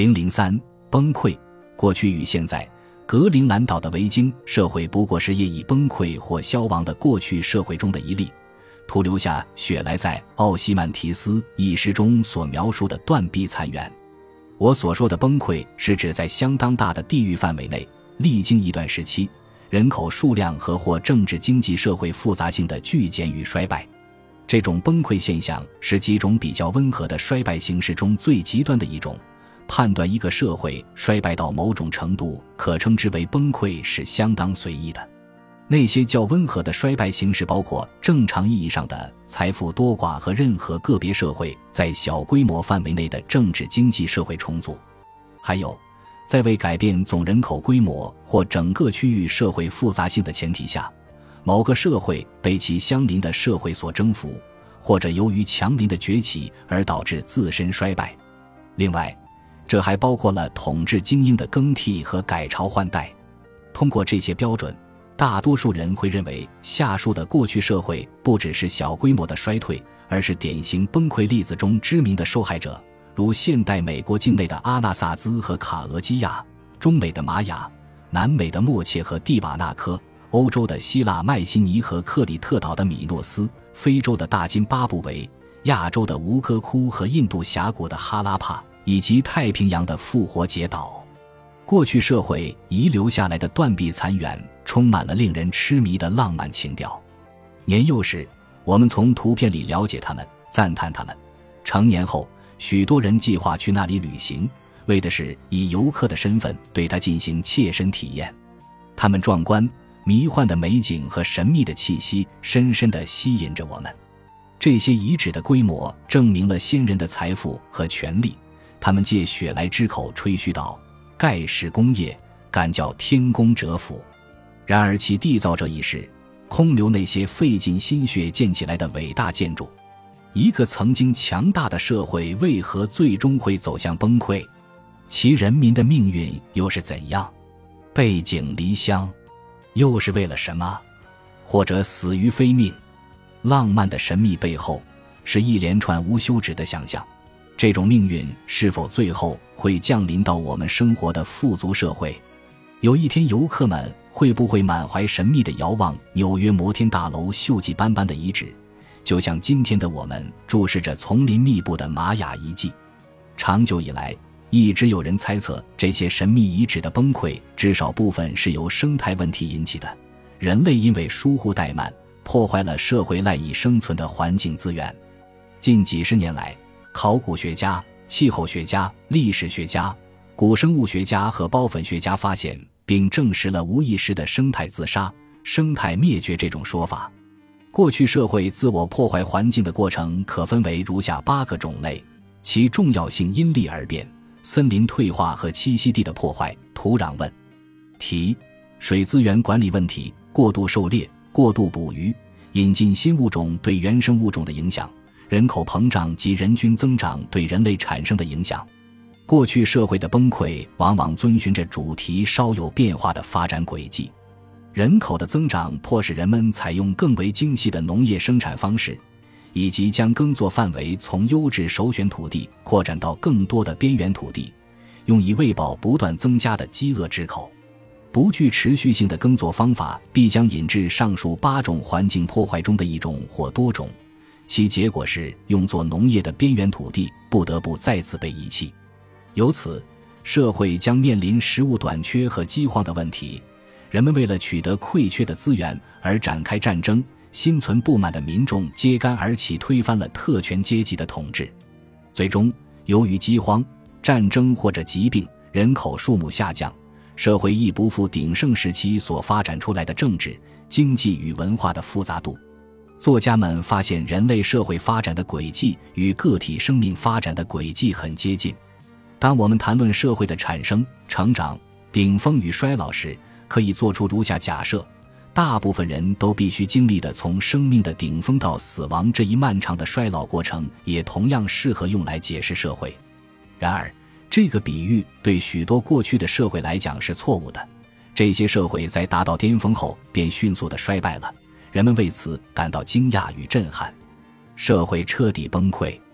003崩溃。过去与现在，格陵兰岛的维京社会不过是业已崩溃或消亡的过去社会中的一例，徒留下雪莱在《奥西曼提斯》一诗中所描述的断壁残垣。我所说的崩溃是指在相当大的地域范围内，历经一段时期，人口数量和或政治经济社会复杂性的剧减与衰败。这种崩溃现象是几种比较温和的衰败形式中最极端的一种，判断一个社会衰败到某种程度可称之为崩溃是相当随意的。那些较温和的衰败形式包括正常意义上的财富多寡和任何个别社会在小规模范围内的政治经济社会重组，还有在未改变总人口规模或整个区域社会复杂性的前提下，某个社会被其相邻的社会所征服，或者由于强邻的崛起而导致自身衰败。另外，这还包括了统治精英的更替和改朝换代。通过这些标准，大多数人会认为下述的过去社会不只是小规模的衰退，而是典型崩溃例子中知名的受害者，如现代美国境内的阿纳萨兹和卡俄基亚，中美的玛雅，南美的默切和蒂瓦纳科，欧洲的希腊迈锡尼和克里特岛的米诺斯，非洲的大津巴布韦，亚洲的吴哥窟和印度峡谷的哈拉帕，以及太平洋的复活节岛。过去社会遗留下来的断壁残垣充满了令人痴迷的浪漫情调。年幼时，我们从图片里了解他们，赞叹他们；成年后，许多人计划去那里旅行，为的是以游客的身份对它进行切身体验。他们壮观迷幻的美景和神秘的气息深深地吸引着我们。这些遗址的规模证明了先人的财富和权力，他们借雪莱之口吹嘘道：盖世功业，敢叫天公折服。然而其缔造者已是空留那些费尽心血建起来的伟大建筑。一个曾经强大的社会为何最终会走向崩溃？其人民的命运又是怎样？背井离乡又是为了什么？或者死于非命？浪漫的神秘背后是一连串无休止的想象，这种命运是否最后会降临到我们生活的富足社会？有一天游客们会不会满怀神秘地遥望纽约摩天大楼锈迹斑斑的遗址，就像今天的我们注视着丛林密布的玛雅遗迹？长久以来，一直有人猜测这些神秘遗址的崩溃至少部分是由生态问题引起的，人类因为疏忽怠慢破坏了社会赖以生存的环境资源。近几十年来，考古学家、气候学家、历史学家、古生物学家和孢粉学家发现并证实了无意识的生态自杀、生态灭绝这种说法。过去社会自我破坏环境的过程可分为如下8个种类，其重要性因利而变：森林退化和栖息地的破坏，土壤问题，水资源管理问题，过度狩猎、过度捕鱼，引进新物种对原生物种的影响，人口膨胀及人均增长对人类产生的影响。过去社会的崩溃往往遵循着主题稍有变化的发展轨迹。人口的增长迫使人们采用更为精细的农业生产方式，以及将耕作范围从优质首选土地扩展到更多的边缘土地，用以喂饱不断增加的饥饿之口。不具持续性的耕作方法必将引致上述8种环境破坏中的一种或多种，其结果是用作农业的边缘土地不得不再次被遗弃。由此，社会将面临食物短缺和饥荒的问题，人们为了取得匮缺的资源而展开战争，心存不满的民众揭竿而起，推翻了特权阶级的统治。最终，由于饥荒、战争或者疾病，人口数目下降，社会亦不复鼎盛时期所发展出来的政治、经济与文化的复杂度。作家们发现人类社会发展的轨迹与个体生命发展的轨迹很接近。当我们谈论社会的产生、成长、顶峰与衰老时，可以做出如下假设：大部分人都必须经历的从生命的顶峰到死亡这一漫长的衰老过程，也同样适合用来解释社会。然而，这个比喻对许多过去的社会来讲是错误的。这些社会在达到巅峰后便迅速地衰败了，人们为此感到惊讶与震撼。社会彻底崩溃。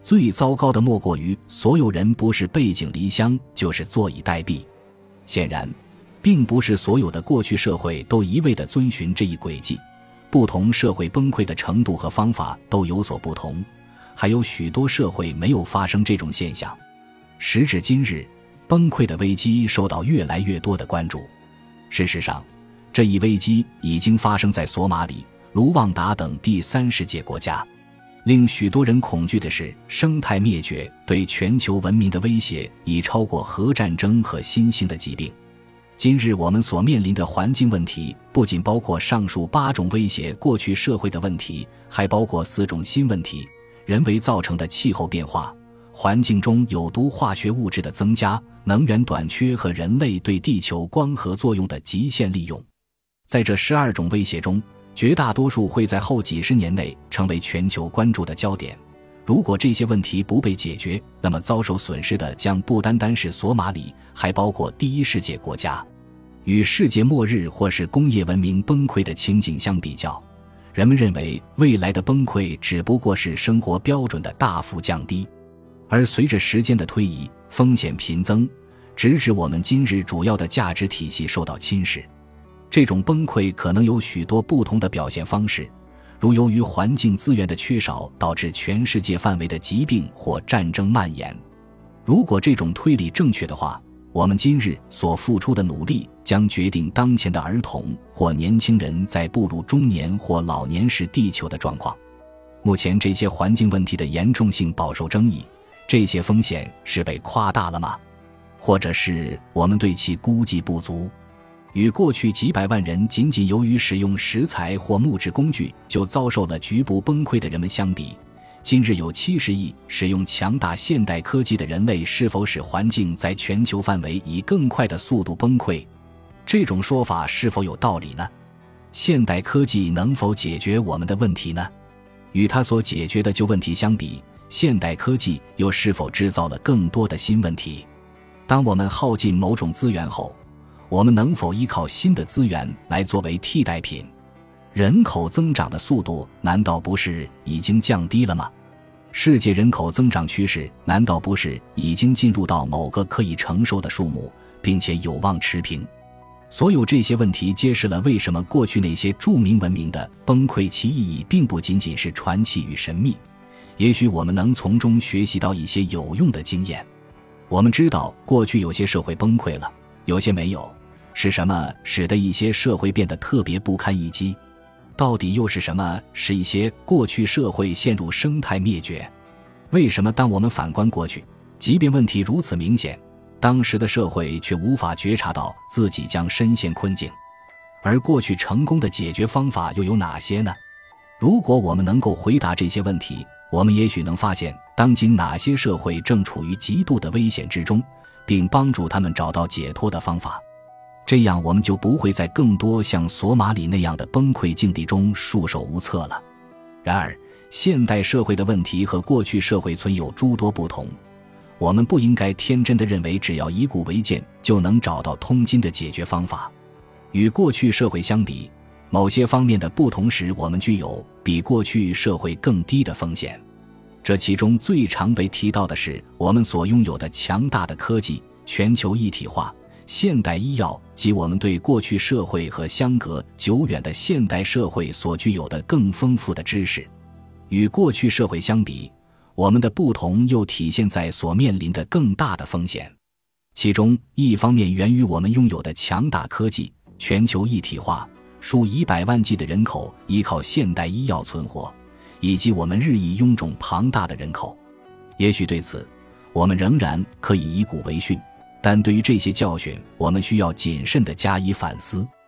最糟糕的莫过于所有人不是背井离乡，就是坐以待毙。显然，并不是所有的过去社会都一味地遵循这一轨迹，不同社会崩溃的程度和方法都有所不同，还有许多社会没有发生这种现象。时至今日，崩溃的危机受到越来越多的关注。事实上，这一危机已经发生在索马里、卢旺达等第三世界国家。令许多人恐惧的是，生态灭绝对全球文明的威胁已超过核战争和新兴的疾病。今日我们所面临的环境问题不仅包括上述8种威胁过去社会的问题，还包括4种新问题：人为造成的气候变化、环境中有毒化学物质的增加、能源短缺和人类对地球光合作用的极限利用。在这12种威胁中，绝大多数会在后几十年内成为全球关注的焦点。如果这些问题不被解决，那么遭受损失的将不单单是索马里，还包括第一世界国家。与世界末日或是工业文明崩溃的情景相比较，人们认为未来的崩溃只不过是生活标准的大幅降低。而随着时间的推移，风险频增，直至我们今日主要的价值体系受到侵蚀。这种崩溃可能有许多不同的表现方式，如由于环境资源的缺少导致全世界范围的疾病或战争蔓延。如果这种推理正确的话，我们今日所付出的努力将决定当前的儿童或年轻人在步入中年或老年时地球的状况。目前这些环境问题的严重性饱受争议，这些风险是被夸大了吗？或者是我们对其估计不足？与过去几百万人仅仅由于使用石材或木质工具就遭受了局部崩溃的人们相比，今日有70亿使用强大现代科技的人类是否使环境在全球范围以更快的速度崩溃？这种说法是否有道理呢？现代科技能否解决我们的问题呢？与它所解决的旧问题相比，现代科技又是否制造了更多的新问题？当我们耗尽某种资源后，我们能否依靠新的资源来作为替代品？人口增长的速度难道不是已经降低了吗？世界人口增长趋势难道不是已经进入到某个可以承受的数目，并且有望持平？所有这些问题揭示了为什么过去那些著名文明的崩溃其意义并不仅仅是传奇与神秘，也许我们能从中学习到一些有用的经验。我们知道过去有些社会崩溃了，有些没有。是什么使得一些社会变得特别不堪一击？到底又是什么使一些过去社会陷入生态灭绝？为什么当我们反观过去，即便问题如此明显，当时的社会却无法觉察到自己将深陷困境？而过去成功的解决方法又有哪些呢？如果我们能够回答这些问题，我们也许能发现当今哪些社会正处于极度的危险之中，并帮助他们找到解脱的方法。这样我们就不会在更多像索马里那样的崩溃境地中束手无策了。然而，现代社会的问题和过去社会存有诸多不同，我们不应该天真地认为只要以古为鉴就能找到通今的解决方法。与过去社会相比，某些方面的不同时，我们具有比过去社会更低的风险。这其中最常被提到的是我们所拥有的强大的科技、全球一体化、现代医药及我们对过去社会和相隔久远的现代社会所具有的更丰富的知识。与过去社会相比，我们的不同又体现在所面临的更大的风险。其中一方面源于我们拥有的强大科技、全球一体化、数以百万计的人口依靠现代医药存活，以及我们日益臃肿庞大的人口。也许对此我们仍然可以以古为训，但对于这些教训，我们需要谨慎地加以反思。